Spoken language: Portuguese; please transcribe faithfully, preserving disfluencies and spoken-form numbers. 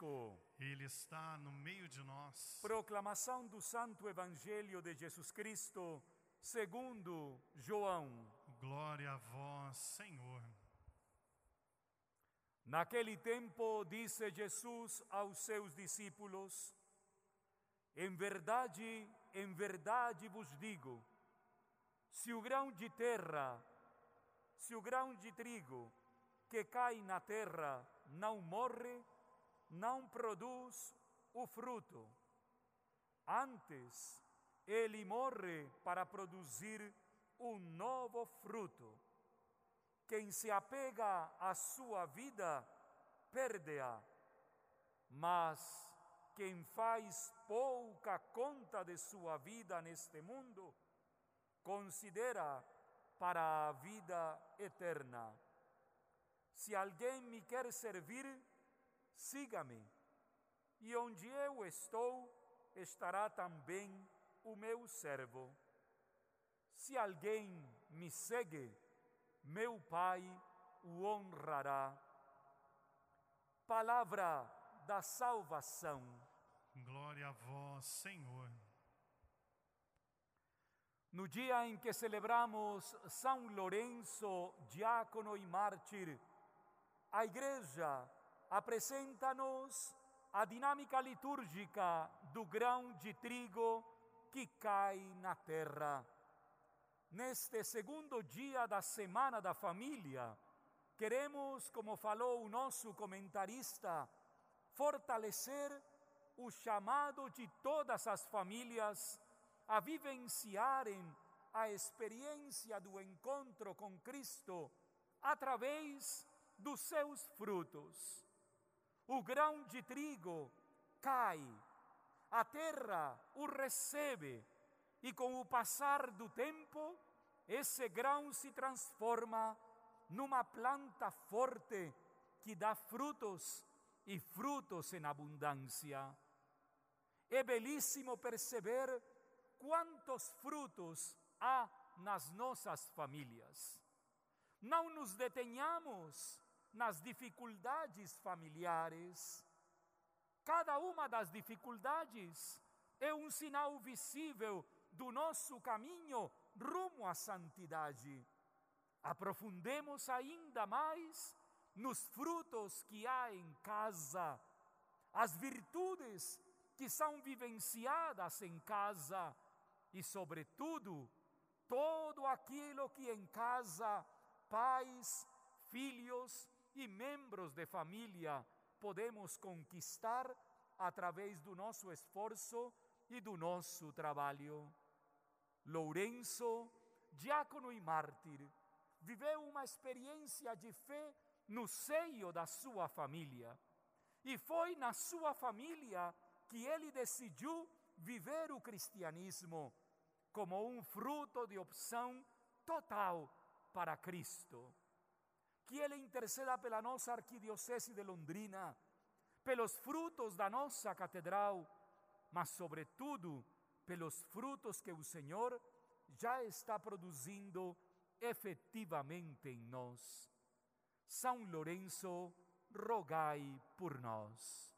conosco. Ele está no meio de nós. Proclamação do Santo Evangelho de Jesus Cristo, segundo João. Glória a vós, Senhor. Naquele tempo disse Jesus aos seus discípulos: Em verdade, em verdade vos digo, se o grão de terra, se o grão de trigo que cai na terra não morre, não produz o fruto. Antes, ele morre para produzir um novo fruto. Quem se apega à sua vida, perde-a. Mas quem faz pouca conta de sua vida neste mundo, considera para a vida eterna. Se alguém me quer servir, siga-me, e onde eu estou, estará também o meu servo. Se alguém me segue, meu Pai o honrará. Palavra da salvação. Glória a vós, Senhor. No dia em que celebramos São Lourenço, diácono e mártir, a Igreja apresenta-nos a dinâmica litúrgica do grão de trigo que cai na terra. Neste segundo dia da Semana da Família, queremos, como falou o nosso comentarista, fortalecer o chamado de todas as famílias a vivenciarem a experiência do encontro com Cristo através dos seus frutos. O grão de trigo cai, a terra o recebe e com o passar do tempo, esse grão se transforma numa planta forte que dá frutos e frutos em abundância. É belíssimo perceber quantos frutos há nas nossas famílias. Não nos detenhamos nas dificuldades familiares. Cada uma das dificuldades é um sinal visível do nosso caminho rumo à santidade. Aprofundemos ainda mais nos frutos que há em casa, as virtudes que são vivenciadas em casa e, sobretudo, todo aquilo que em casa pais, filhos e membros de família podemos conquistar através do nosso esforço e do nosso trabalho. Lourenço, diácono e mártir, viveu uma experiência de fé no seio da sua família. E foi na sua família que ele decidiu viver o cristianismo como um fruto de opção total para Cristo. Que Ele interceda pela nossa Arquidiocese de Londrina, pelos frutos da nossa catedral, mas, sobretudo, pelos frutos que o Senhor já está produzindo efetivamente em nós. São Lourenço, rogai por nós.